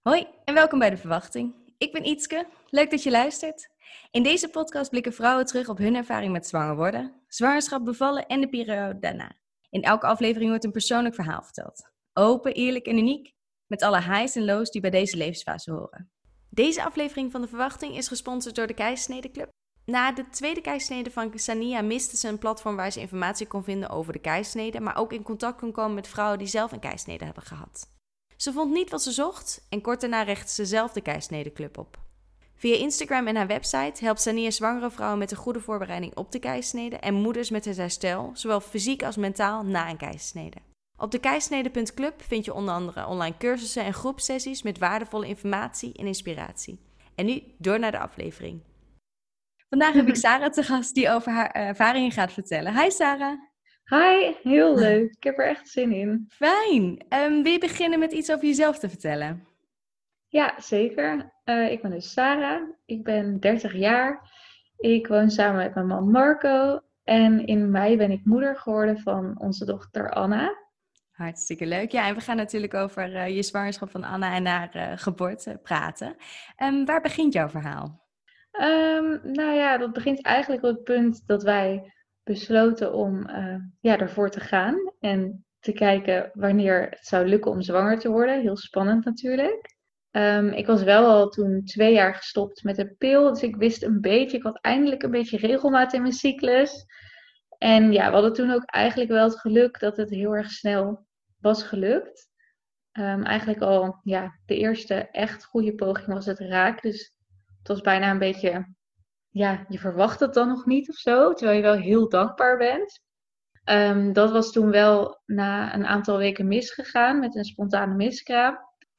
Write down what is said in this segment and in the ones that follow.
Hoi en welkom bij De Verwachting. Ik ben Ietske, leuk dat je luistert. In deze podcast blikken vrouwen terug op hun ervaring met zwanger worden, zwangerschap, bevallen en de periode daarna. In elke aflevering wordt een persoonlijk verhaal verteld. Open, eerlijk en uniek, met alle highs en lows die bij deze levensfase horen. Deze aflevering van De Verwachting is gesponsord door de Keizersnede Club. Na de tweede keizersnede van Sania miste ze een platform waar ze informatie kon vinden over de keizersnede, maar ook in contact kon komen met vrouwen die zelf een keizersnede hebben gehad. Ze vond niet wat ze zocht en kort daarna richtte ze zelf de Keizersnede Club op. Via Instagram en haar website helpt Sania zwangere vrouwen met een goede voorbereiding op de keizersnede en moeders met het herstel, zowel fysiek als mentaal, na een keizersnede. Op de keizersnede.club vind je onder andere online cursussen en groepsessies met waardevolle informatie en inspiratie. En nu door naar de aflevering. Vandaag heb ik Sarah te gast die over haar ervaringen gaat vertellen. Hi Sarah. Hi, heel leuk. Ik heb er echt zin in. Fijn. Wil je beginnen met iets over jezelf te vertellen? Ja, zeker. Ik ben dus Sarah. Ik ben 30 jaar. Ik woon samen met mijn man Marco. En in mei ben ik moeder geworden van onze dochter Anna. Hartstikke leuk. Ja, en we gaan natuurlijk over je zwangerschap van Anna en haar geboorte praten. Waar begint jouw verhaal? Nou ja, dat begint eigenlijk op het punt dat wij besloten om ervoor te gaan. En te kijken wanneer het zou lukken om zwanger te worden. Heel spannend natuurlijk. Ik was wel al toen 2 jaar gestopt met de pil. Dus ik wist een beetje, ik had eindelijk een beetje regelmaat in mijn cyclus. En ja, we hadden toen ook eigenlijk wel het geluk dat het heel erg snel was gelukt. Eigenlijk al, ja, de eerste echt goede poging was het raak. Dus het was bijna een beetje, ja, je verwacht het dan nog niet of zo. Terwijl je wel heel dankbaar bent. Dat was toen wel na een aantal weken misgegaan met een spontane miskraam.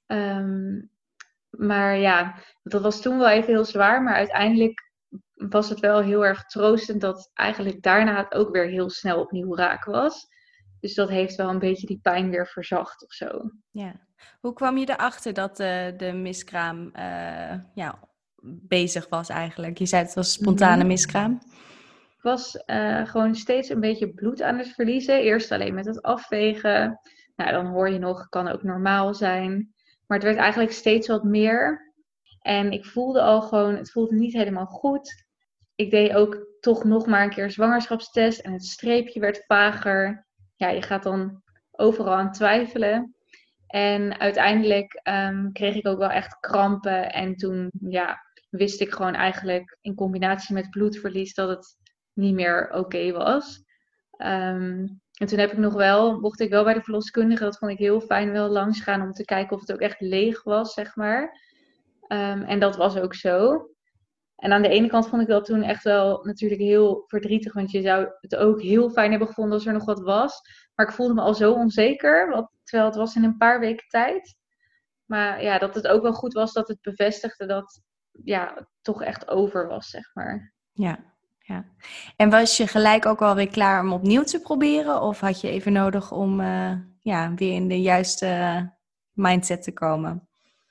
Maar ja, dat was toen wel even heel zwaar. Maar uiteindelijk was het wel heel erg troostend dat eigenlijk daarna het ook weer heel snel opnieuw raak was. Dus dat heeft wel een beetje die pijn weer verzacht of zo. Ja. Hoe kwam je erachter dat de miskraam bezig was eigenlijk? Je zei het was spontane miskraam. Ik was gewoon steeds een beetje bloed aan het verliezen. Eerst alleen met het afvegen. Nou, dan hoor je nog, kan ook normaal zijn. Maar het werd eigenlijk steeds wat meer. En ik voelde al gewoon, het voelde niet helemaal goed. Ik deed ook toch nog maar een keer een zwangerschapstest. En het streepje werd vager. Ja, je gaat dan overal aan twijfelen. En uiteindelijk kreeg ik ook wel echt krampen. En toen wist ik gewoon eigenlijk in combinatie met bloedverlies dat het niet meer oké was. En toen mocht ik wel bij de verloskundige, dat vond ik heel fijn, wel langs gaan om te kijken of het ook echt leeg was, zeg maar. En dat was ook zo. En aan de ene kant vond ik dat toen echt wel natuurlijk heel verdrietig, want je zou het ook heel fijn hebben gevonden als er nog wat was. Maar ik voelde me al zo onzeker, terwijl het was in een paar weken tijd. Maar ja, dat het ook wel goed was dat het bevestigde dat het toch echt over was, zeg maar. Ja. En was je gelijk ook alweer klaar om opnieuw te proberen? Of had je even nodig om weer in de juiste mindset te komen?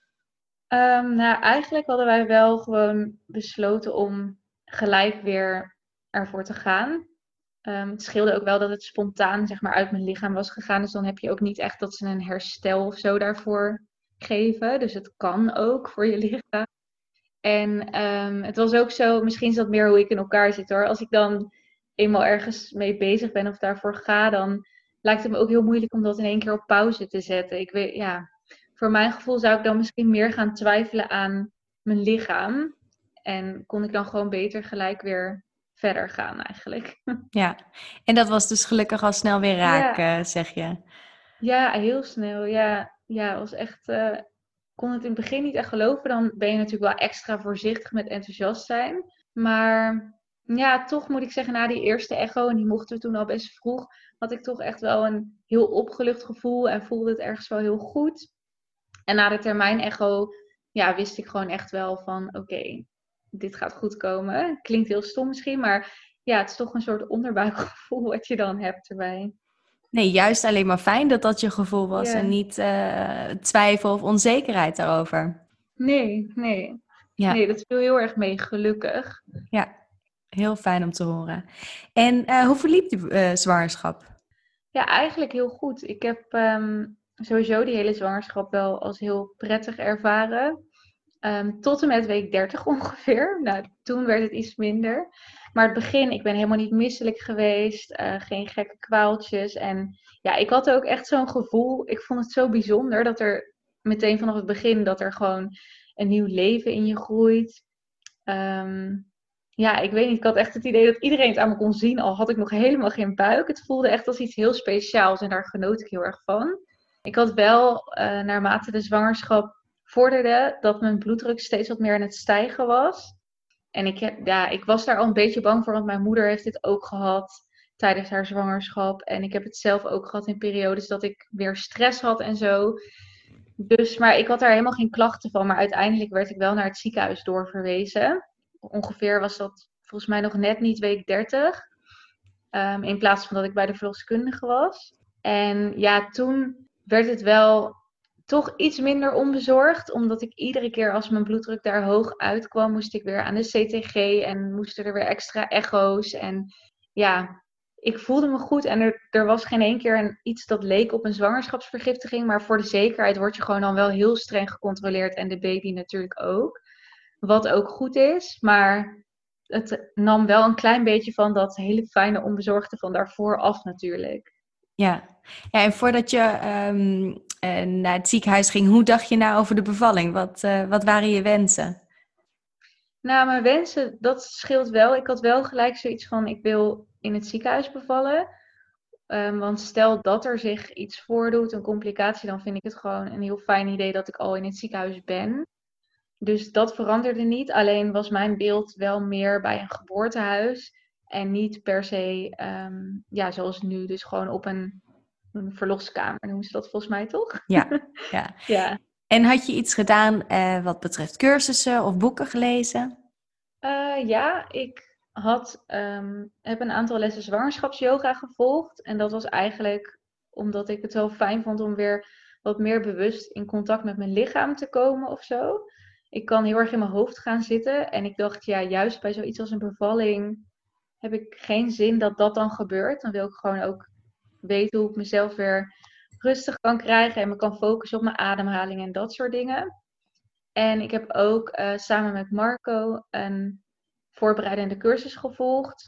Nou, eigenlijk hadden wij wel gewoon besloten om gelijk weer ervoor te gaan. Het scheelde ook wel dat het spontaan, zeg maar, uit mijn lichaam was gegaan. Dus dan heb je ook niet echt dat ze een herstel of zo daarvoor geven. Dus het kan ook voor je lichaam. En het was ook zo, misschien is dat meer hoe ik in elkaar zit hoor. Als ik dan eenmaal ergens mee bezig ben of daarvoor ga, dan lijkt het me ook heel moeilijk om dat in één keer op pauze te zetten. Ik weet, ja, voor mijn gevoel zou ik dan misschien meer gaan twijfelen aan mijn lichaam. En kon ik dan gewoon beter gelijk weer verder gaan eigenlijk. Ja, en dat was dus gelukkig al snel weer raak, Ja. zeg je. Ja, heel snel. Ja, was echt. Kon het in het begin niet echt geloven. Dan ben je natuurlijk wel extra voorzichtig met enthousiast zijn. Maar ja, toch moet ik zeggen, na die eerste echo, en die mochten we toen al best vroeg, had ik toch echt wel een heel opgelucht gevoel en voelde het ergens wel heel goed. En na de termijn echo, ja, wist ik gewoon echt wel van, oké, dit gaat goed komen. Klinkt heel stom misschien, maar ja, het is toch een soort onderbuikgevoel wat je dan hebt erbij. Nee, juist alleen maar fijn dat dat je gevoel was en niet twijfel of onzekerheid daarover. Nee. Ja. Nee, dat viel heel erg mee, gelukkig. Ja, heel fijn om te horen. En hoe verliep die zwangerschap? Ja, eigenlijk heel goed. Ik heb sowieso die hele zwangerschap wel als heel prettig ervaren. Tot en met week 30 ongeveer. Nou, toen werd het iets minder. Maar het begin, ik ben helemaal niet misselijk geweest. Geen gekke kwaaltjes. En ja, ik had ook echt zo'n gevoel. Ik vond het zo bijzonder dat er meteen vanaf het begin dat er gewoon een nieuw leven in je groeit. Ehm, ja, ik weet niet. Ik had echt het idee dat iedereen het aan me kon zien. Al had ik nog helemaal geen buik. Het voelde echt als iets heel speciaals. En daar genoot ik heel erg van. Ik had wel, naarmate de zwangerschap vorderde, dat mijn bloeddruk steeds wat meer aan het stijgen was. En ik was daar al een beetje bang voor, want mijn moeder heeft dit ook gehad tijdens haar zwangerschap. En ik heb het zelf ook gehad in periodes dat ik weer stress had en zo. Dus, maar ik had daar helemaal geen klachten van. Maar uiteindelijk werd ik wel naar het ziekenhuis doorverwezen. Ongeveer was dat volgens mij nog net niet week 30. In plaats van dat ik bij de verloskundige was. En ja, toen werd het wel toch iets minder onbezorgd. Omdat ik iedere keer als mijn bloeddruk daar hoog uitkwam, moest ik weer aan de CTG en moesten er weer extra echo's. En ja, ik voelde me goed en er was geen één keer iets dat leek op een zwangerschapsvergiftiging. Maar voor de zekerheid word je gewoon dan wel heel streng gecontroleerd en de baby natuurlijk ook. Wat ook goed is, maar het nam wel een klein beetje van dat hele fijne onbezorgde van daarvoor af natuurlijk. Ja, ja, en voordat je naar het ziekenhuis ging, hoe dacht je nou over de bevalling? Wat waren je wensen? Nou, mijn wensen, dat scheelt wel. Ik had wel gelijk zoiets van, ik wil in het ziekenhuis bevallen. Want stel dat er zich iets voordoet, een complicatie, dan vind ik het gewoon een heel fijn idee dat ik al in het ziekenhuis ben. Dus dat veranderde niet. Alleen was mijn beeld wel meer bij een geboortehuis. En niet per se, ja, zoals nu, dus gewoon op een verloskamer noemen ze dat volgens mij toch? Ja, ja. Ja. En had je iets gedaan wat betreft cursussen of boeken gelezen? Ja, ik heb een aantal lessen zwangerschapsyoga gevolgd. En dat was eigenlijk omdat ik het wel fijn vond om weer wat meer bewust in contact met mijn lichaam te komen of zo. Ik kan heel erg in mijn hoofd gaan zitten. En ik dacht, ja, juist bij zoiets als een bevalling heb ik geen zin dat dat dan gebeurt. Dan wil ik gewoon ook weten hoe ik mezelf weer rustig kan krijgen en me kan focussen op mijn ademhaling en dat soort dingen. En ik heb ook samen met Marco een voorbereidende cursus gevolgd.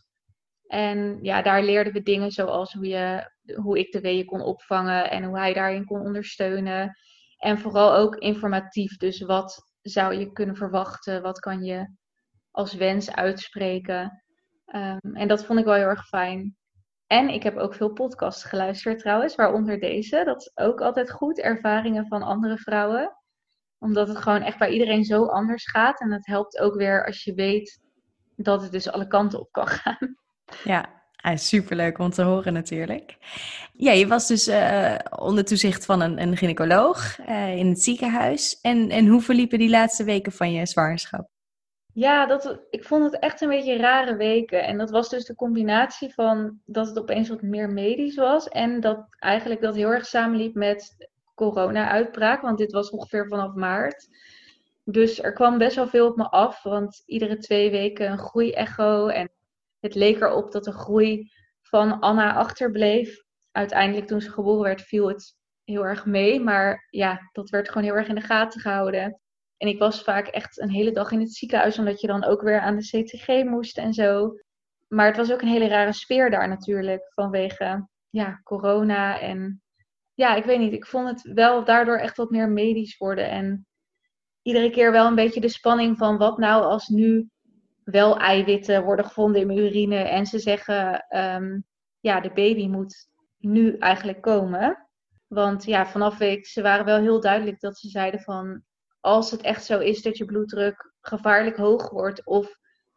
En ja, daar leerden we dingen zoals hoe ik de weeën kon opvangen en hoe hij daarin kon ondersteunen. En vooral ook informatief. Dus wat zou je kunnen verwachten? Wat kan je als wens uitspreken? En dat vond ik wel heel erg fijn. En ik heb ook veel podcasts geluisterd trouwens, waaronder deze. Dat is ook altijd goed, ervaringen van andere vrouwen. Omdat het gewoon echt bij iedereen zo anders gaat. En het helpt ook weer als je weet dat het dus alle kanten op kan gaan. Ja, superleuk om te horen natuurlijk. Ja, je was dus onder toezicht van een gynaecoloog in het ziekenhuis. En hoe verliepen die laatste weken van je zwangerschap? Ja, ik vond het echt een beetje rare weken. En dat was dus de combinatie van dat het opeens wat meer medisch was. En dat eigenlijk dat heel erg samenliep met corona-uitbraak. Want dit was ongeveer vanaf maart. Dus er kwam best wel veel op me af. Want iedere 2 weken een groeiecho. En het leek erop dat de groei van Anna achterbleef. Uiteindelijk toen ze geboren werd viel het heel erg mee. Maar ja, dat werd gewoon heel erg in de gaten gehouden. En ik was vaak echt een hele dag in het ziekenhuis, omdat je dan ook weer aan de CTG moest en zo. Maar het was ook een hele rare sfeer daar natuurlijk, vanwege ja, corona. En ja, ik weet niet, ik vond het wel daardoor echt wat meer medisch worden. En iedere keer wel een beetje de spanning van wat nou als nu wel eiwitten worden gevonden in mijn urine. En ze zeggen, ja, de baby moet nu eigenlijk komen. Want ja, ze waren wel heel duidelijk dat ze zeiden van, als het echt zo is dat je bloeddruk gevaarlijk hoog wordt of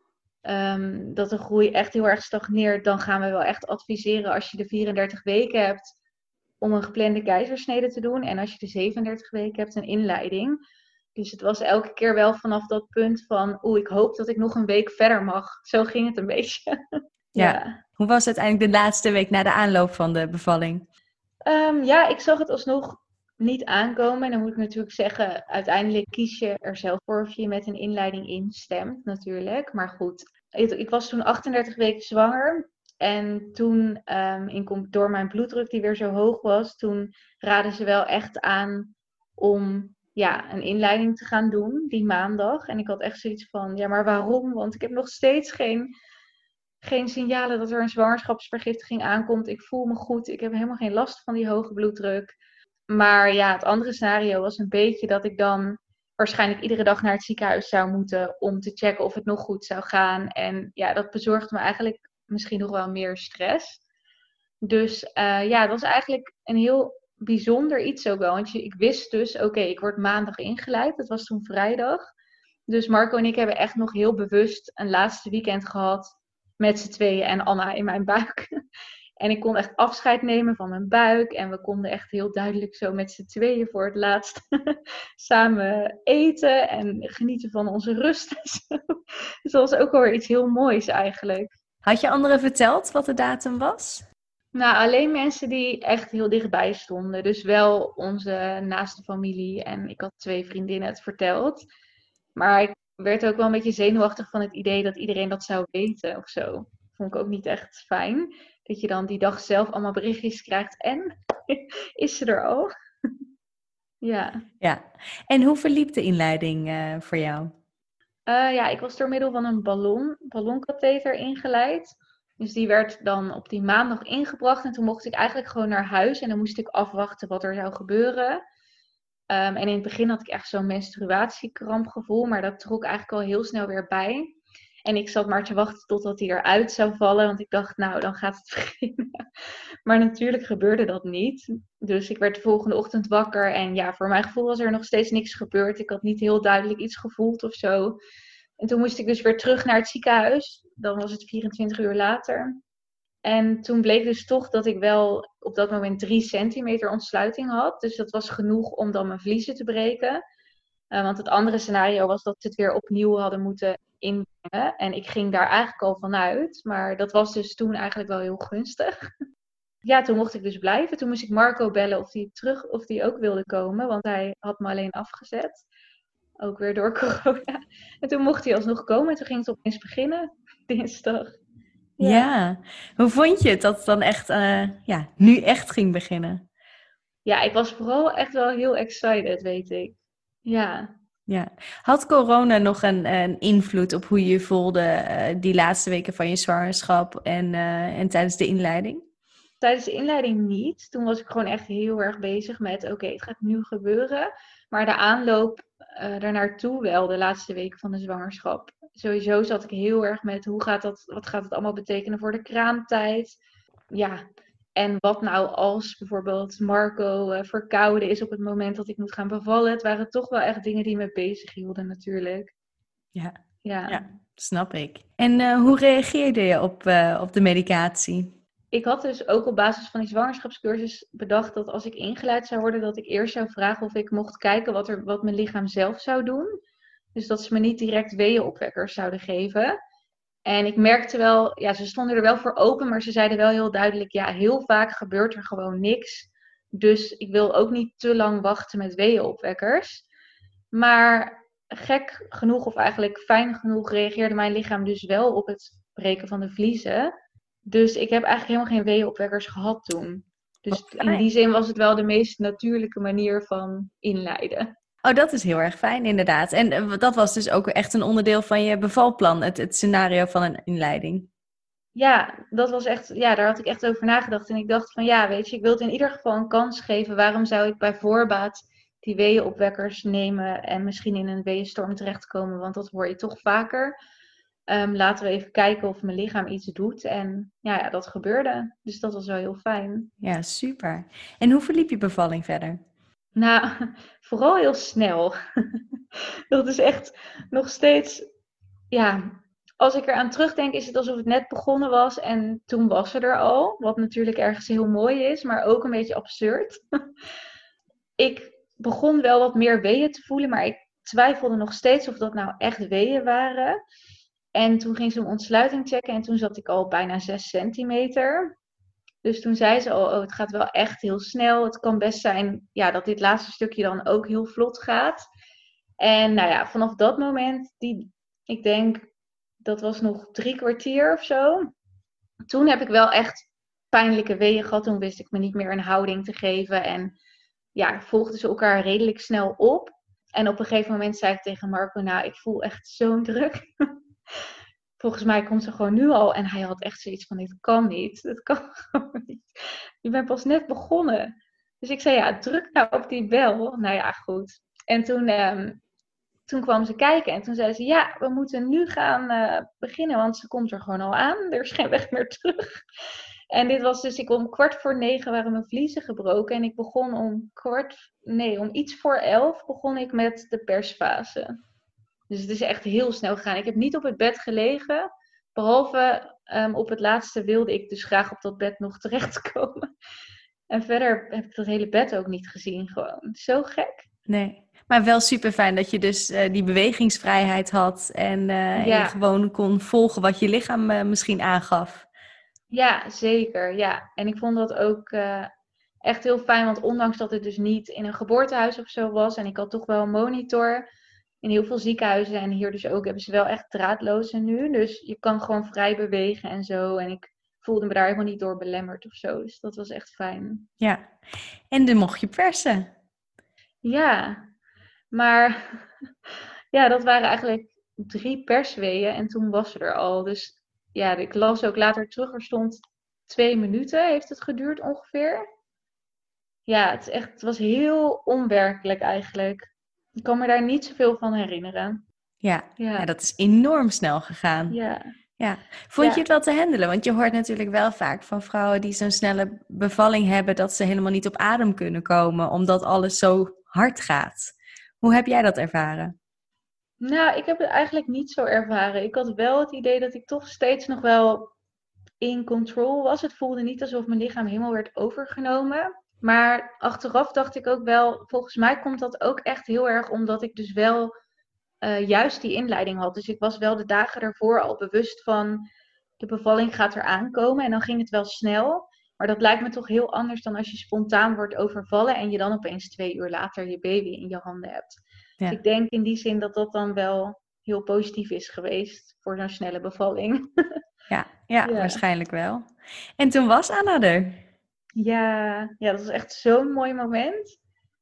dat de groei echt heel erg stagneert, dan gaan we wel echt adviseren als je de 34 weken hebt om een geplande keizersnede te doen. En als je de 37 weken hebt, een inleiding. Dus het was elke keer wel vanaf dat punt van, ik hoop dat ik nog een week verder mag. Zo ging het een beetje. Ja. Hoe was het eigenlijk de laatste week na de aanloop van de bevalling? Ja, ik zag het alsnog niet aankomen. En dan moet ik natuurlijk zeggen, uiteindelijk kies je er zelf voor of je met een inleiding instemt natuurlijk. Maar goed, ik was toen 38 weken zwanger. En toen, door mijn bloeddruk die weer zo hoog was, toen raden ze wel echt aan om een inleiding te gaan doen die maandag. En ik had echt zoiets van, ja, maar waarom? Want ik heb nog steeds geen signalen dat er een zwangerschapsvergiftiging aankomt. Ik voel me goed. Ik heb helemaal geen last van die hoge bloeddruk. Maar ja, het andere scenario was een beetje dat ik dan waarschijnlijk iedere dag naar het ziekenhuis zou moeten om te checken of het nog goed zou gaan. En ja, dat bezorgde me eigenlijk misschien nog wel meer stress. Dus het was eigenlijk een heel bijzonder iets ook wel. Want ik wist dus, oké, ik word maandag ingeleid. Dat was toen vrijdag. Dus Marco en ik hebben echt nog heel bewust een laatste weekend gehad met z'n tweeën en Anna in mijn buik. En ik kon echt afscheid nemen van mijn buik. En we konden echt heel duidelijk zo met z'n tweeën voor het laatst samen eten en genieten van onze rust. Dus dat was ook wel weer iets heel moois eigenlijk. Had je anderen verteld wat de datum was? Nou, alleen mensen die echt heel dichtbij stonden. Dus wel onze naaste familie. En ik had 2 vriendinnen het verteld. Maar ik werd ook wel een beetje zenuwachtig van het idee dat iedereen dat zou weten of zo. Vond ik ook niet echt fijn. Dat je dan die dag zelf allemaal berichtjes krijgt. En is ze er al? Ja. Ja. En hoe verliep de inleiding voor jou? Ik was door middel van een ballonkatheter ingeleid. Dus die werd dan op die maandag ingebracht. En toen mocht ik eigenlijk gewoon naar huis. En dan moest ik afwachten wat er zou gebeuren. En in het begin had ik echt zo'n menstruatiekrampgevoel. Maar dat trok eigenlijk al heel snel weer bij. En ik zat maar te wachten totdat hij eruit zou vallen. Want ik dacht, nou, dan gaat het beginnen. Maar natuurlijk gebeurde dat niet. Dus ik werd de volgende ochtend wakker. En ja, voor mijn gevoel was er nog steeds niks gebeurd. Ik had niet heel duidelijk iets gevoeld of zo. En toen moest ik dus weer terug naar het ziekenhuis. Dan was het 24 uur later. En toen bleek dus toch dat ik wel op dat moment 3 centimeter ontsluiting had. Dus dat was genoeg om dan mijn vliezen te breken. Want het andere scenario was dat ze het weer opnieuw hadden moeten inbrengen. En ik ging daar eigenlijk al vanuit. Maar dat was dus toen eigenlijk wel heel gunstig. Ja, toen mocht ik dus blijven. Toen moest ik Marco bellen of hij ook wilde komen. Want hij had me alleen afgezet. Ook weer door corona. En toen mocht hij alsnog komen. En toen ging het opeens beginnen. Dinsdag. Ja. Hoe vond je het dat het dan echt, nu echt ging beginnen? Ja, ik was vooral echt wel heel excited, weet ik. Ja. Ja. Had corona nog een invloed op hoe je je voelde die laatste weken van je zwangerschap en tijdens de inleiding? Tijdens de inleiding niet. Toen was ik gewoon echt heel erg bezig met, oké, het gaat nu gebeuren. Maar de aanloop daarnaartoe wel, de laatste weken van de zwangerschap. Sowieso zat ik heel erg met, wat gaat het allemaal betekenen voor de kraamtijd? Ja, en wat nou als bijvoorbeeld Marco verkouden is op het moment dat ik moet gaan bevallen. Het waren toch wel echt dingen die me bezig hielden natuurlijk. Ja, snap ik. En hoe reageerde je op de medicatie? Ik had dus ook op basis van die zwangerschapscursus bedacht dat als ik ingeleid zou worden, dat ik eerst zou vragen of ik mocht kijken wat mijn lichaam zelf zou doen. Dus dat ze me niet direct weeënopwekkers zouden geven. En ik merkte wel, ja, ze stonden er wel voor open, maar ze zeiden wel heel duidelijk, ja, heel vaak gebeurt er gewoon niks. Dus ik wil ook niet te lang wachten met weeënopwekkers. Maar gek genoeg, of eigenlijk fijn genoeg, reageerde mijn lichaam dus wel op het breken van de vliezen. Dus ik heb eigenlijk helemaal geen weeënopwekkers gehad toen. Dus in die zin was het wel de meest natuurlijke manier van inleiden. Oh, dat is heel erg fijn, inderdaad. En dat was dus ook echt een onderdeel van je bevalplan, het scenario van een inleiding. Ja, dat was echt, ja, daar had ik echt over nagedacht. En ik dacht van, ja, weet je, ik wil het in ieder geval een kans geven. Waarom zou ik bij voorbaat die weeënopwekkers nemen en misschien in een weeënstorm terechtkomen? Want dat hoor je toch vaker. Laten we even kijken of mijn lichaam iets doet. En ja, dat gebeurde. Dus dat was wel heel fijn. Ja, super. En hoe verliep je bevalling verder? Nou, vooral heel snel. Dat is echt nog steeds, ja, als ik eraan terugdenk is het alsof het net begonnen was en toen was ze er al. Wat natuurlijk ergens heel mooi is, maar ook een beetje absurd. Ik begon wel wat meer weeën te voelen, maar ik twijfelde nog steeds of dat nou echt weeën waren. En toen ging ze mijn ontsluiting checken en toen zat ik al bijna 6 centimeter. Dus toen zei ze al, oh, het gaat wel echt heel snel. Het kan best zijn dat dit laatste stukje dan ook heel vlot gaat. En nou ja, vanaf dat moment, ik denk, dat was nog 3 kwartier of zo. Toen heb ik wel echt pijnlijke weeën gehad. Toen wist ik me niet meer een houding te geven. En ja, volgden ze elkaar redelijk snel op. En op een gegeven moment zei ik tegen Marco, nou, ik voel echt zo'n druk. Volgens mij komt ze gewoon nu al. En hij had echt zoiets van, dit kan niet. Dat kan gewoon niet. Je bent pas net begonnen. Dus ik zei, ja, druk nou op die bel. Nou ja, goed. En toen kwam ze kijken en toen zei ze, ja, we moeten nu gaan beginnen, want ze komt er gewoon al aan. Er is geen weg meer terug. En dit was dus, om 9:15 waren mijn vliezen gebroken. En ik begon om iets voor 11 begon ik met de persfase. Dus het is echt heel snel gegaan. Ik heb niet op het bed gelegen, behalve op het laatste wilde ik dus graag op dat bed nog terechtkomen. En verder heb ik dat hele bed ook niet gezien gewoon. Zo gek. Nee, maar wel super fijn dat je dus die bewegingsvrijheid had en je gewoon kon volgen wat je lichaam misschien aangaf. Ja, zeker. Ja. En ik vond dat ook echt heel fijn, want ondanks dat het dus niet in een geboortehuis of zo was, en ik had toch wel een monitor in heel veel ziekenhuizen en hier dus ook, hebben ze wel echt draadloze nu. Dus je kan gewoon vrij bewegen en zo. En ik voelde me daar helemaal niet door belemmerd of zo. Dus dat was echt fijn. Ja, en dan mocht je persen. Ja, maar ja, dat waren eigenlijk 3 persweeën en toen was ze er al. Dus ja, ik las ook later terug, er stond 2 minuten heeft het geduurd ongeveer. Ja, het was heel onwerkelijk eigenlijk. Ik kan me daar niet zoveel van herinneren. Ja, dat is enorm snel gegaan. Ja. Vond je het wel te handelen? Want je hoort natuurlijk wel vaak van vrouwen die zo'n snelle bevalling hebben, dat ze helemaal niet op adem kunnen komen, omdat alles zo hard gaat. Hoe heb jij dat ervaren? Nou, ik heb het eigenlijk niet zo ervaren. Ik had wel het idee dat ik toch steeds nog wel in control was. Het voelde niet alsof mijn lichaam helemaal werd overgenomen. Maar achteraf dacht ik ook wel, volgens mij komt dat ook echt heel erg omdat ik dus wel juist die inleiding had. Dus ik was wel de dagen daarvoor al bewust van de bevalling gaat er aankomen. En dan ging het wel snel. Maar dat lijkt me toch heel anders dan als je spontaan wordt overvallen en je dan opeens 2 uur later je baby in je handen hebt. Ja. Dus ik denk in die zin dat dat dan wel heel positief is geweest voor zo'n snelle bevalling. Ja, waarschijnlijk wel. En toen was Anna er. Ja, dat was echt zo'n mooi moment.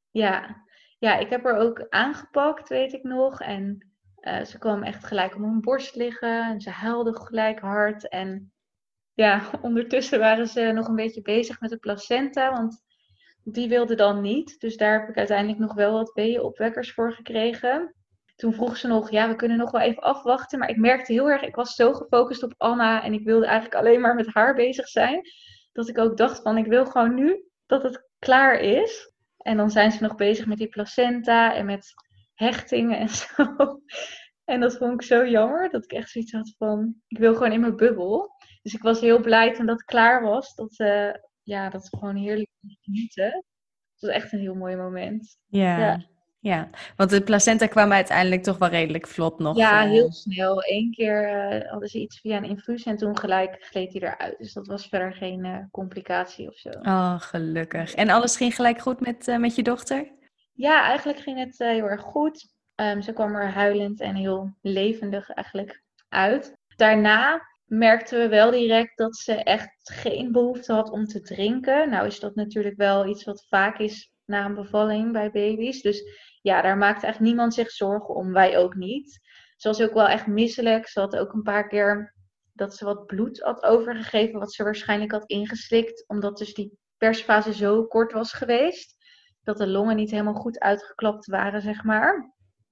Ja, ik heb haar ook aangepakt, weet ik nog. En ze kwam echt gelijk op mijn borst liggen. En ze huilde gelijk hard. En ja, ondertussen waren ze nog een beetje bezig met de placenta. Want die wilde dan niet. Dus daar heb ik uiteindelijk nog wel wat weeënopwekkers voor gekregen. Toen vroeg ze nog, ja, we kunnen nog wel even afwachten. Maar ik merkte heel erg, ik was zo gefocust op Anna. En ik wilde eigenlijk alleen maar met haar bezig zijn. Dat ik ook dacht van, ik wil gewoon nu dat het klaar is. En dan zijn ze nog bezig met die placenta en met hechtingen en zo. En dat vond ik zo jammer, dat ik echt zoiets had van, ik wil gewoon in mijn bubbel. Dus ik was heel blij toen dat klaar was. Dat we gewoon heerlijk konden genieten. Het was echt een heel mooi moment. Ja, want de placenta kwam uiteindelijk toch wel redelijk vlot nog. Ja, heel snel. 1 keer hadden ze iets via een infuus en toen gelijk gleed hij eruit. Dus dat was verder geen complicatie of zo. Oh, gelukkig. En alles ging gelijk goed met je dochter? Ja, eigenlijk ging het heel erg goed. Ze kwam er huilend en heel levendig eigenlijk uit. Daarna merkten we wel direct dat ze echt geen behoefte had om te drinken. Nou is dat natuurlijk wel iets wat vaak is na een bevalling bij baby's. Dus ja, daar maakt eigenlijk niemand zich zorgen om. Wij ook niet. Ze was ook wel echt misselijk. Ze had ook een paar keer dat ze wat bloed had overgegeven. Wat ze waarschijnlijk had ingeslikt. Omdat dus die persfase zo kort was geweest. Dat de longen niet helemaal goed uitgeklapt waren, zeg maar.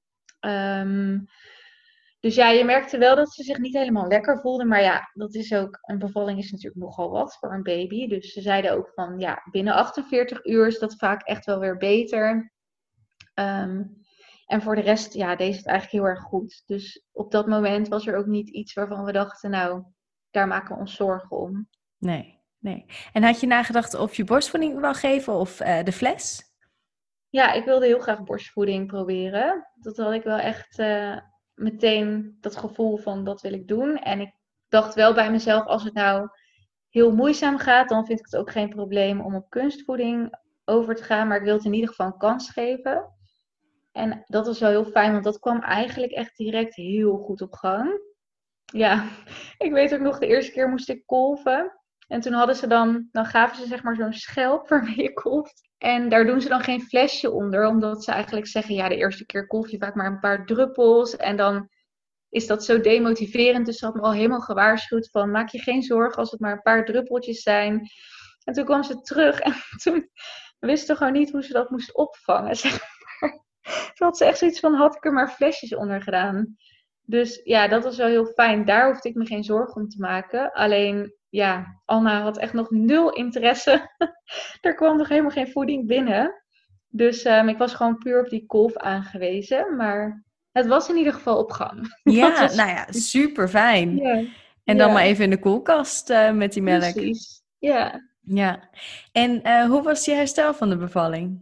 Dus ja, je merkte wel dat ze zich niet helemaal lekker voelde. Maar ja, dat is ook, een bevalling is natuurlijk nogal wat voor een baby. Dus ze zeiden ook van, ja, binnen 48 uur is dat vaak echt wel weer beter. En voor de rest, ja, deed het eigenlijk heel erg goed. Dus op dat moment was er ook niet iets waarvan we dachten, nou, daar maken we ons zorgen om. Nee. En had je nagedacht of je borstvoeding wou geven of de fles? Ja, ik wilde heel graag borstvoeding proberen. Dat had ik wel echt meteen dat gevoel van dat wil ik doen. En ik dacht wel bij mezelf, als het nou heel moeizaam gaat, dan vind ik het ook geen probleem om op kunstvoeding over te gaan. Maar ik wil het in ieder geval een kans geven. En dat was wel heel fijn, want dat kwam eigenlijk echt direct heel goed op gang. Ja, ik weet ook nog, de eerste keer moest ik kolven. En toen dan gaven ze zeg maar zo'n schelp waarmee je kolft. En daar doen ze dan geen flesje onder, omdat ze eigenlijk zeggen, ja, de eerste keer kolf je vaak maar een paar druppels. En dan is dat zo demotiverend. Dus ze had me al helemaal gewaarschuwd van, maak je geen zorgen als het maar een paar druppeltjes zijn. En toen kwam ze terug en toen wist ze gewoon niet hoe ze dat moest opvangen, zeg maar. Toen had ze echt zoiets van, had ik er maar flesjes onder gedaan. Dus ja, dat was wel heel fijn. Daar hoefde ik me geen zorgen om te maken. Alleen, ja, Anna had echt nog nul interesse. Er kwam nog helemaal geen voeding binnen. Dus ik was gewoon puur op die kolf aangewezen. Maar het was in ieder geval op gang. Dat Ja, was... nou ja, super fijn. Ja, En dan maar ja, even in de koelkast met die melk. precies. Ja. Ja. En hoe was je herstel van de bevalling?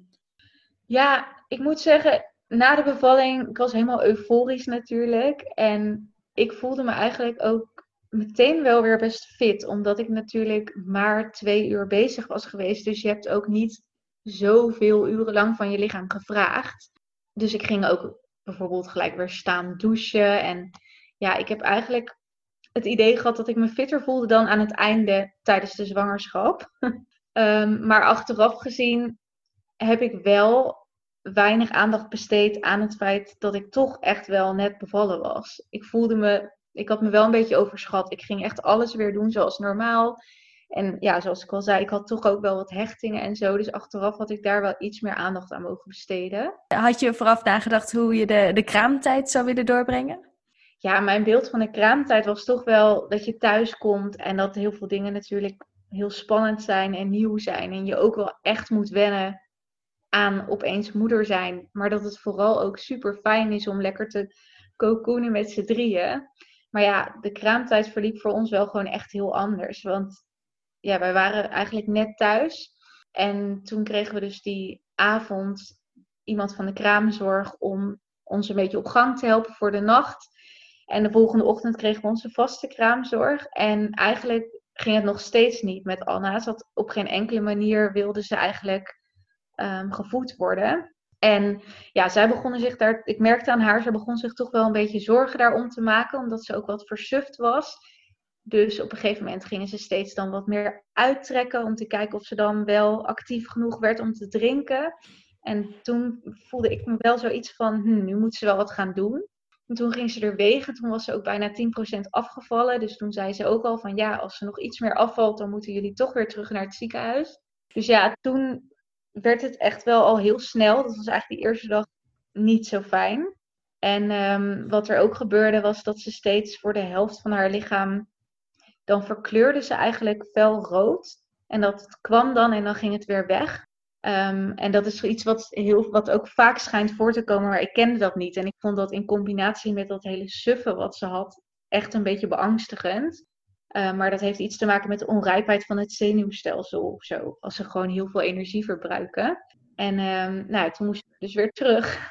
Ja, ik moet zeggen, na de bevalling, ik was helemaal euforisch natuurlijk. En ik voelde me eigenlijk ook meteen wel weer best fit. Omdat ik natuurlijk maar 2 uur bezig was geweest. Dus je hebt ook niet zoveel uren lang van je lichaam gevraagd. Dus ik ging ook bijvoorbeeld gelijk weer staan douchen. En ja, ik heb eigenlijk het idee gehad dat ik me fitter voelde dan aan het einde tijdens de zwangerschap. Maar achteraf gezien heb ik wel weinig aandacht besteed aan het feit dat ik toch echt wel net bevallen was. Ik had me wel een beetje overschat. Ik ging echt alles weer doen zoals normaal. En ja, zoals ik al zei, ik had toch ook wel wat hechtingen en zo. Dus achteraf had ik daar wel iets meer aandacht aan mogen besteden. Had je vooraf nagedacht hoe je de kraamtijd zou willen doorbrengen? Ja, mijn beeld van de kraamtijd was toch wel dat je thuis komt en dat heel veel dingen natuurlijk heel spannend zijn en nieuw zijn. En je ook wel echt moet wennen aan opeens moeder zijn. Maar dat het vooral ook super fijn is om lekker te cocoonen met z'n drieën. Maar ja, de kraamtijd verliep voor ons wel gewoon echt heel anders. Want ja, wij waren eigenlijk net thuis. En toen kregen we dus die avond iemand van de kraamzorg om ons een beetje op gang te helpen voor de nacht. En de volgende ochtend kregen we onze vaste kraamzorg. En eigenlijk ging het nog steeds niet met Anna. Ze had op geen enkele manier wilde ze eigenlijk gevoed worden. En ja, zij begonnen zich daar, ik merkte aan haar, ze begon zich toch wel een beetje zorgen daarom te maken, omdat ze ook wat versuft was. Dus op een gegeven moment gingen ze steeds dan wat meer uittrekken om te kijken of ze dan wel actief genoeg werd om te drinken. En toen voelde ik me wel zoiets van, nu moet ze wel wat gaan doen. En toen ging ze er wegen, toen was ze ook bijna 10% afgevallen. Dus toen zei ze ook al van ja, als ze nog iets meer afvalt, dan moeten jullie toch weer terug naar het ziekenhuis. Dus ja, toen werd het echt wel al heel snel. Dat was eigenlijk die eerste dag niet zo fijn. En wat er ook gebeurde was dat ze steeds voor de helft van haar lichaam, dan verkleurde ze eigenlijk felrood. En dat kwam dan en dan ging het weer weg. En dat is iets wat ook vaak schijnt voor te komen, maar ik kende dat niet. En ik vond dat in combinatie met dat hele suffe wat ze had, echt een beetje beangstigend. Maar dat heeft iets te maken met de onrijpheid van het zenuwstelsel of zo. Als ze gewoon heel veel energie verbruiken. En nou, toen moest ik dus weer terug.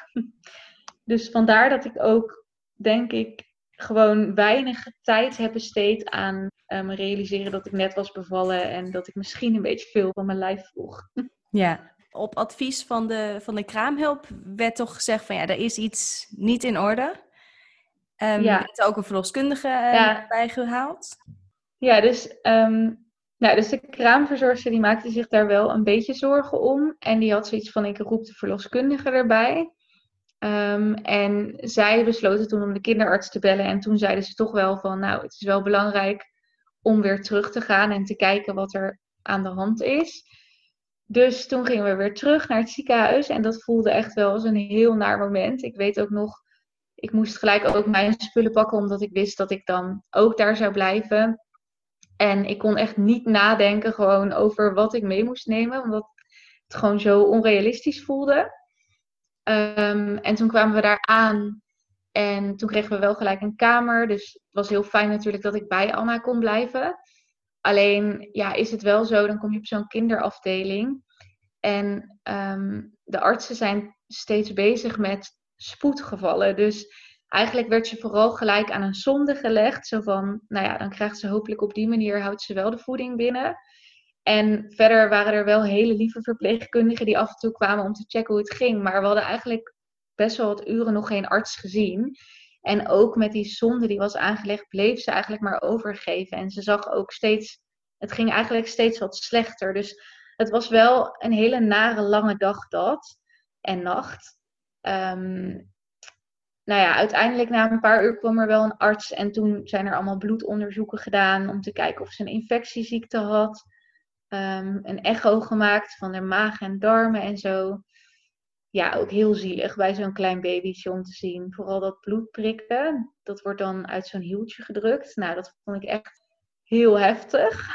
Dus vandaar dat ik ook, denk ik, gewoon weinig tijd heb besteed aan me realiseren dat ik net was bevallen. En dat ik misschien een beetje veel van mijn lijf vroeg. Ja. Op advies van de kraamhulp werd toch gezegd van ja, er is iets niet in orde. Ja. Er is ook een verloskundige bij gehaald. Ja, dus, dus de kraamverzorgster die maakte zich daar wel een beetje zorgen om. En die had zoiets van, ik roep de verloskundige erbij. En zij besloten toen om de kinderarts te bellen. En toen zeiden ze toch wel van, nou, het is wel belangrijk om weer terug te gaan en te kijken wat er aan de hand is. Dus toen gingen we weer terug naar het ziekenhuis. En dat voelde echt wel als een heel naar moment. Ik weet ook nog, ik moest gelijk ook mijn spullen pakken, omdat ik wist dat ik dan ook daar zou blijven. En ik kon echt niet nadenken gewoon over wat ik mee moest nemen, omdat het gewoon zo onrealistisch voelde. En toen kwamen we daar aan en toen kregen we wel gelijk een kamer. Dus het was heel fijn natuurlijk dat ik bij Anna kon blijven. Alleen, ja, is het wel zo, dan kom je op zo'n kinderafdeling. En de artsen zijn steeds bezig met spoedgevallen. Dus eigenlijk werd ze vooral gelijk aan een sonde gelegd. Zo van, nou ja, dan krijgt ze hopelijk op die manier, houdt ze wel de voeding binnen. En verder waren er wel hele lieve verpleegkundigen die af en toe kwamen om te checken hoe het ging. Maar we hadden eigenlijk best wel wat uren nog geen arts gezien. En ook met die zonde die was aangelegd, bleef ze eigenlijk maar overgeven. En ze zag ook steeds, het ging eigenlijk steeds wat slechter. Dus het was wel een hele nare lange dag dat en nacht. Nou ja, uiteindelijk na een paar uur kwam er wel een arts en toen zijn er allemaal bloedonderzoeken gedaan om te kijken of ze een infectieziekte had. Een echo gemaakt van de maag en darmen en zo. Ja, ook heel zielig bij zo'n klein babytje om te zien. Vooral dat bloed prikken, dat wordt dan uit zo'n hieltje gedrukt. Nou, dat vond ik echt heel heftig.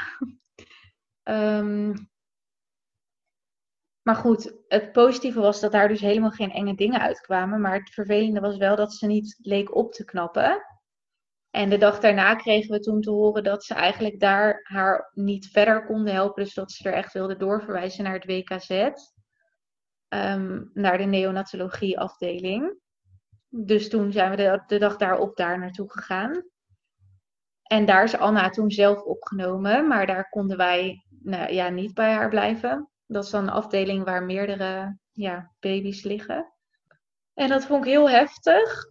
Maar goed, het positieve was dat daar dus helemaal geen enge dingen uitkwamen. Maar het vervelende was wel dat ze niet leek op te knappen. En de dag daarna kregen we toen te horen dat ze eigenlijk daar haar niet verder konden helpen. Dus dat ze er echt wilden doorverwijzen naar het WKZ. Naar de neonatologie afdeling. Dus toen zijn we de dag daarop daar naartoe gegaan. En daar is Anna toen zelf opgenomen. Maar daar konden wij niet bij haar blijven. Dat is dan een afdeling waar meerdere baby's liggen. En dat vond ik heel heftig.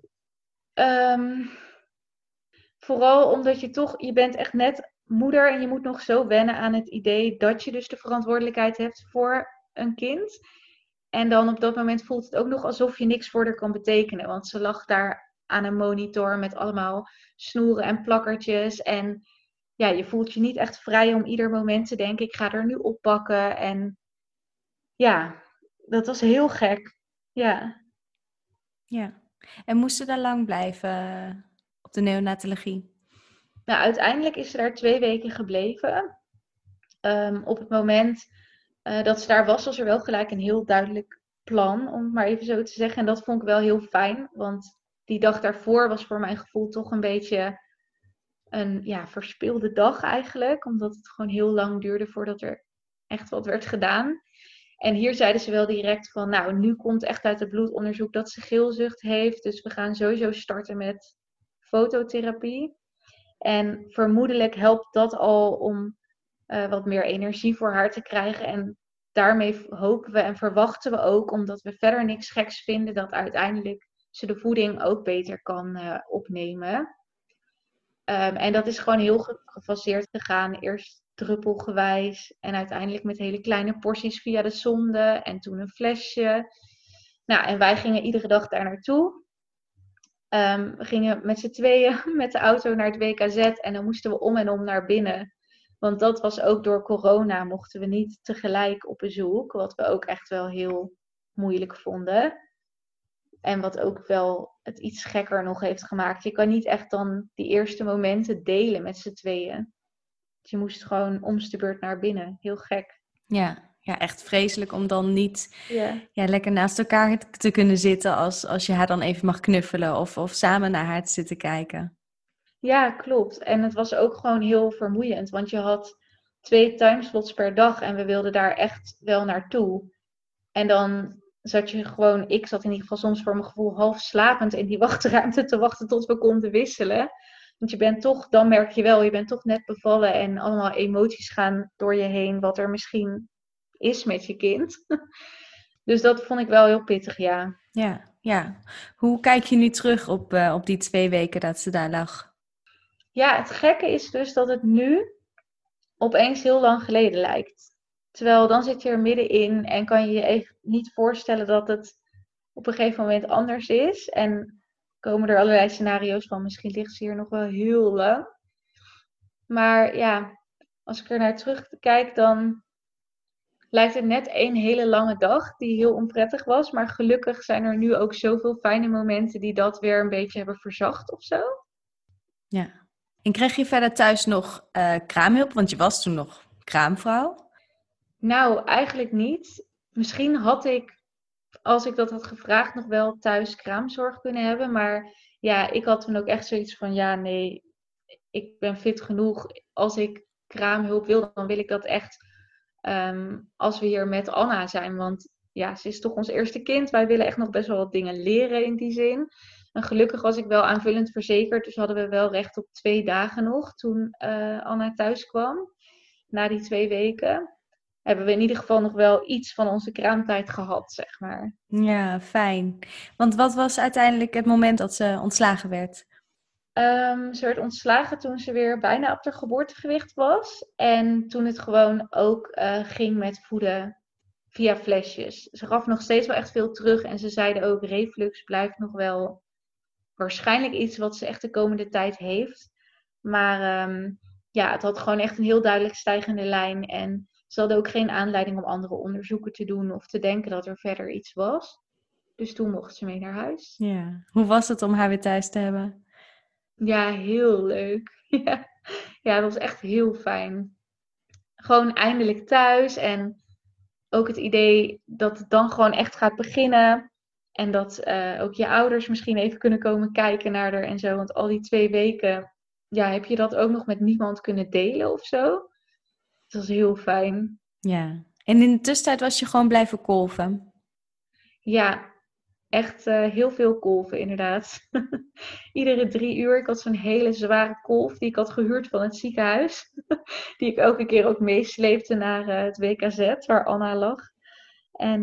Vooral omdat je bent echt net moeder en je moet nog zo wennen aan het idee dat je dus de verantwoordelijkheid hebt voor een kind. En dan op dat moment voelt het ook nog alsof je niks voor haar kan betekenen. Want ze lag daar aan een monitor met allemaal snoeren en plakkertjes. En ja, je voelt je niet echt vrij om ieder moment te denken, ik ga er nu oppakken. En ja, dat was heel gek. Ja. Ja. En moest ze daar lang blijven op de neonatologie? Nou, uiteindelijk is ze daar 2 weken gebleven. Op het moment dat ze daar was er wel gelijk een heel duidelijk plan, om het maar even zo te zeggen. En dat vond ik wel heel fijn, want die dag daarvoor was voor mijn gevoel toch een beetje een verspilde dag eigenlijk. Omdat het gewoon heel lang duurde voordat er echt wat werd gedaan. En hier zeiden ze wel direct van, nou, nu komt echt uit het bloedonderzoek dat ze geelzucht heeft. Dus we gaan sowieso starten met fototherapie. En vermoedelijk helpt dat al om wat meer energie voor haar te krijgen. En daarmee hopen we en verwachten we ook, omdat we verder niks geks vinden, dat uiteindelijk ze de voeding ook beter kan opnemen. En dat is gewoon heel gefaseerd gegaan. Eerst druppelgewijs en uiteindelijk met hele kleine porties via de sonde en toen een flesje. Nou, en wij gingen iedere dag daar naartoe. We gingen met z'n tweeën met de auto naar het WKZ en dan moesten we om en om naar binnen. Want dat was ook door corona, mochten we niet tegelijk op bezoek. Wat we ook echt wel heel moeilijk vonden. En wat ook wel het iets gekker nog heeft gemaakt. Je kan niet echt dan die eerste momenten delen met z'n tweeën. Dus je moest gewoon om de beurt naar binnen. Heel gek. Ja, echt vreselijk om dan niet lekker naast elkaar te kunnen zitten als je haar dan even mag knuffelen of samen naar haar te zitten kijken. Ja, klopt. En het was ook gewoon heel vermoeiend, want je had 2 timeslots per dag en we wilden daar echt wel naartoe. En dan zat je gewoon, ik zat in ieder geval soms voor mijn gevoel half slapend in die wachtruimte te wachten tot we konden wisselen. Want je bent toch, dan merk je wel, je bent toch net bevallen en allemaal emoties gaan door je heen, wat er misschien is met je kind. Dus dat vond ik wel heel pittig, ja. Ja. Hoe kijk je nu terug op die 2 weken dat ze daar lag? Ja, het gekke is dus dat het nu opeens heel lang geleden lijkt. Terwijl dan zit je er middenin en kan je je even niet voorstellen dat het op een gegeven moment anders is. En komen er allerlei scenario's van, misschien ligt ze hier nog wel heel lang. Maar ja, als ik er naar terugkijk, dan lijkt het net 1 hele lange dag die heel onprettig was. Maar gelukkig zijn er nu ook zoveel fijne momenten die dat weer een beetje hebben verzacht of zo. Ja. En kreeg je verder thuis nog kraamhulp? Want je was toen nog kraamvrouw. Nou, eigenlijk niet. Misschien had ik, als ik dat had gevraagd, nog wel thuis kraamzorg kunnen hebben. Maar ja, ik had toen ook echt zoiets van, ja, nee, ik ben fit genoeg. Als ik kraamhulp wil, dan wil ik dat echt als we hier met Anna zijn. Want ja, ze is toch ons eerste kind. Wij willen echt nog best wel wat dingen leren in die zin. En gelukkig was ik wel aanvullend verzekerd. Dus hadden we wel recht op 2 dagen nog toen Anna thuis kwam. Na die 2 weken. hebben we in ieder geval nog wel iets van onze kraamtijd gehad, zeg maar. Ja, fijn. Want wat was uiteindelijk het moment dat ze ontslagen werd? Ze werd ontslagen toen ze weer bijna op haar geboortegewicht was. En toen het gewoon ook ging met voeden via flesjes. Ze gaf nog steeds wel echt veel terug. En ze zeiden ook, reflux blijft nog wel waarschijnlijk iets wat ze echt de komende tijd heeft. Maar ja, het had gewoon echt een heel duidelijk stijgende lijn. En ze hadden ook geen aanleiding om andere onderzoeken te doen of te denken dat er verder iets was. Dus toen mocht ze mee naar huis. Ja. Hoe was het om haar weer thuis te hebben? Ja, heel leuk. Ja, ja, dat was echt heel fijn. Gewoon eindelijk thuis en ook het idee dat het dan gewoon echt gaat beginnen. En dat ook je ouders misschien even kunnen komen kijken naar haar en zo. Want al die 2 weken, ja, heb je dat ook nog met niemand kunnen delen of zo. Dat was heel fijn. Ja. En in de tussentijd was je gewoon blijven kolven? Ja, echt heel veel kolven inderdaad. Iedere 3 uur. Ik had zo'n hele zware kolf die ik had gehuurd van het ziekenhuis. Die ik elke keer ook meesleepte naar het WKZ waar Anna lag. En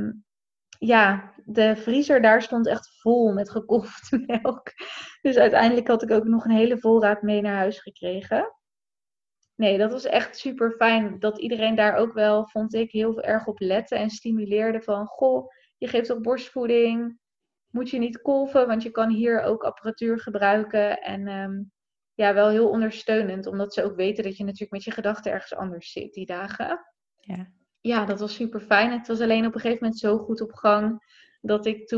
ja, de vriezer daar stond echt vol met gekolfde melk. Dus uiteindelijk had ik ook nog een hele voorraad mee naar huis gekregen. Nee, dat was echt super fijn. Dat iedereen daar ook wel, vond ik, heel erg op lette en stimuleerde van... Goh, je geeft toch borstvoeding? Moet je niet kolven? Want je kan hier ook apparatuur gebruiken. En ja, wel heel ondersteunend. Omdat ze ook weten dat je natuurlijk met je gedachten ergens anders zit die dagen. Ja. Ja, dat was super fijn. Het was alleen op een gegeven moment zo goed op gang dat ik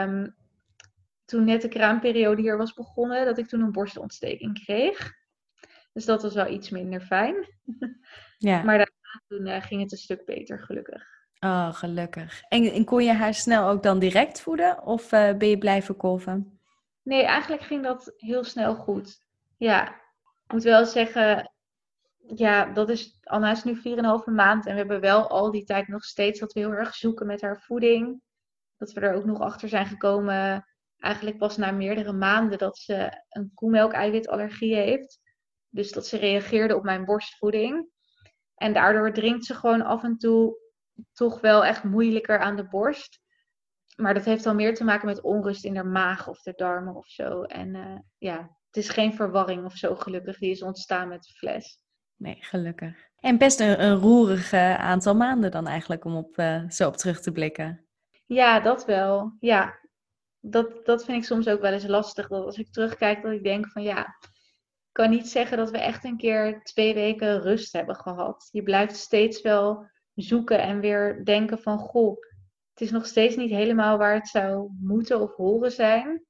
toen net de kraamperiode hier was begonnen, dat ik toen een borstontsteking kreeg. Dus dat was wel iets minder fijn. Ja. Maar daarna toen ging het een stuk beter, gelukkig. Oh, gelukkig. En kon je haar snel ook dan direct voeden? Of ben je blijven kolven? Nee, eigenlijk ging dat heel snel goed. Ja, ik moet wel zeggen, ja, Anna is nu 4,5 maand en we hebben wel al die tijd nog steeds dat we heel erg zoeken met haar voeding. Dat we er ook nog achter zijn gekomen, eigenlijk pas na meerdere maanden, dat ze een koemelk-eiwitallergie heeft. Dus dat ze reageerde op mijn borstvoeding. En daardoor drinkt ze gewoon af en toe toch wel echt moeilijker aan de borst. Maar dat heeft dan meer te maken met onrust in haar maag of de darmen of zo. En ja, het is geen verwarring of zo gelukkig die is ontstaan met de fles. Nee, gelukkig. En best een roerig aantal maanden dan eigenlijk om zo op terug te blikken. Ja, dat wel. Ja, dat vind ik soms ook wel eens lastig. Dat als ik terugkijk, dat ik denk van ja, ik kan niet zeggen dat we echt een keer 2 weken rust hebben gehad. Je blijft steeds wel zoeken en weer denken van goh, het is nog steeds niet helemaal waar het zou moeten of horen zijn.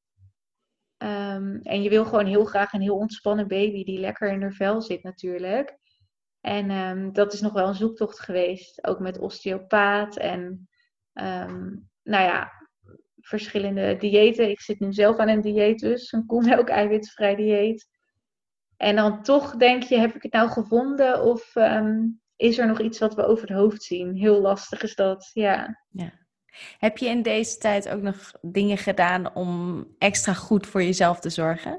En je wil gewoon heel graag een heel ontspannen baby die lekker in haar vel zit natuurlijk. En dat is nog wel een zoektocht geweest. Ook met osteopaat en nou ja, verschillende diëten. Ik zit nu zelf aan een dieet dus. Een koemelk-eiwitvrij dieet. En dan toch denk je, heb ik het nou gevonden? Of is er nog iets wat we over het hoofd zien? Heel lastig is dat, ja. Ja. Heb je in deze tijd ook nog dingen gedaan om extra goed voor jezelf te zorgen?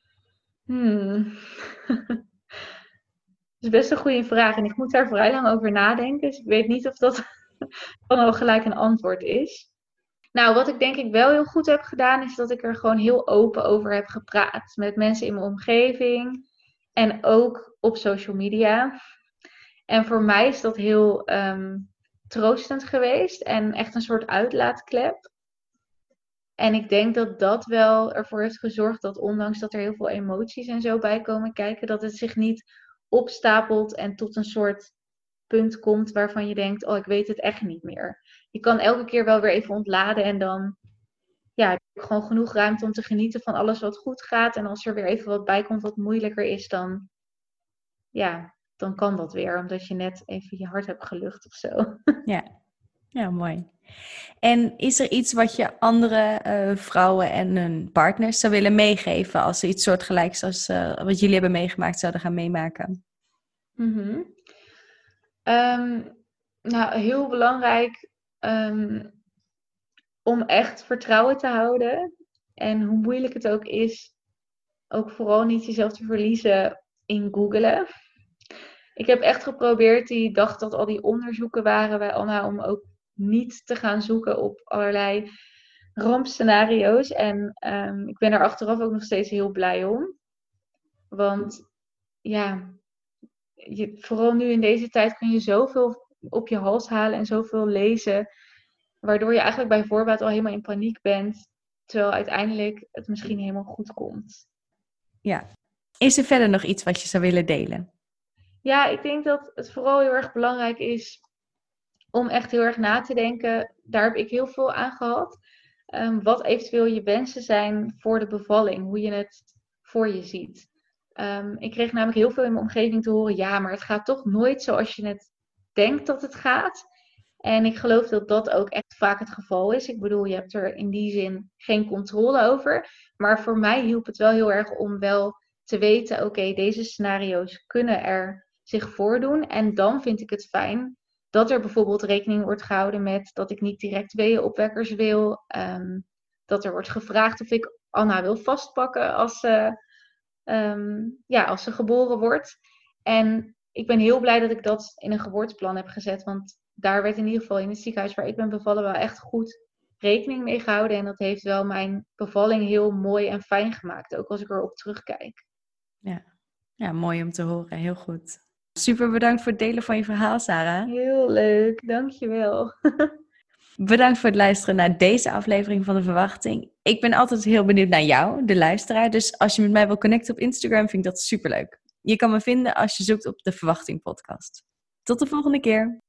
Dat is best een goede vraag. En ik moet daar vrij lang over nadenken. Dus ik weet niet of dat dan al gelijk een antwoord is. Nou, wat ik denk ik wel heel goed heb gedaan, is dat ik er gewoon heel open over heb gepraat. Met mensen in mijn omgeving. En ook op social media. En voor mij is dat heel troostend geweest. En echt een soort uitlaatklep. En ik denk dat dat wel ervoor heeft gezorgd dat ondanks dat er heel veel emoties en zo bij komen kijken, dat het zich niet opstapelt en tot een soort punt komt waarvan je denkt, oh, ik weet het echt niet meer. Je kan elke keer wel weer even ontladen en dan ja, heb je gewoon genoeg ruimte om te genieten van alles wat goed gaat. En als er weer even wat bij komt wat moeilijker is, dan, ja, dan kan dat weer, omdat je net even je hart hebt gelucht of zo. Ja, mooi. En is er iets wat je andere vrouwen en hun partners zou willen meegeven als ze iets soortgelijks als wat jullie hebben meegemaakt zouden gaan meemaken? Nou, heel belangrijk om echt vertrouwen te houden. En hoe moeilijk het ook is, ook vooral niet jezelf te verliezen in googlen. Ik heb echt geprobeerd die dag dat al die onderzoeken waren bij Anna om ook niet te gaan zoeken op allerlei rampscenario's. En ik ben er achteraf ook nog steeds heel blij om. Want ja, vooral nu in deze tijd kun je zoveel op je hals halen en zoveel lezen. Waardoor je eigenlijk bij voorbaat al helemaal in paniek bent. Terwijl uiteindelijk het misschien helemaal goed komt. Ja. Is er verder nog iets wat je zou willen delen? Ja, ik denk dat het vooral heel erg belangrijk is om echt heel erg na te denken. Daar heb ik heel veel aan gehad. Wat eventueel je wensen zijn voor de bevalling. Hoe je het voor je ziet. Ik kreeg namelijk heel veel in mijn omgeving te horen. Ja, maar het gaat toch nooit zoals je het denkt dat het gaat. En ik geloof dat dat ook echt vaak het geval is. Ik bedoel, je hebt er in die zin geen controle over. Maar voor mij hielp het wel heel erg om wel te weten, oké, deze scenario's kunnen er zich voordoen. En dan vind ik het fijn dat er bijvoorbeeld rekening wordt gehouden met dat ik niet direct weeënopwekkers wil. Dat er wordt gevraagd of ik Anna wil vastpakken als ze geboren wordt. En ik ben heel blij dat ik dat in een geboorteplan heb gezet. Want daar werd in ieder geval in het ziekenhuis waar ik ben bevallen wel echt goed rekening mee gehouden. En dat heeft wel mijn bevalling heel mooi en fijn gemaakt. Ook als ik erop terugkijk. Ja, mooi om te horen. Heel goed. Super bedankt voor het delen van je verhaal, Sarah. Heel leuk, dankjewel. Bedankt voor het luisteren naar deze aflevering van De Verwachting. Ik ben altijd heel benieuwd naar jou, de luisteraar. Dus als je met mij wil connecten op Instagram, vind ik dat superleuk. Je kan me vinden als je zoekt op De Verwachting podcast. Tot de volgende keer.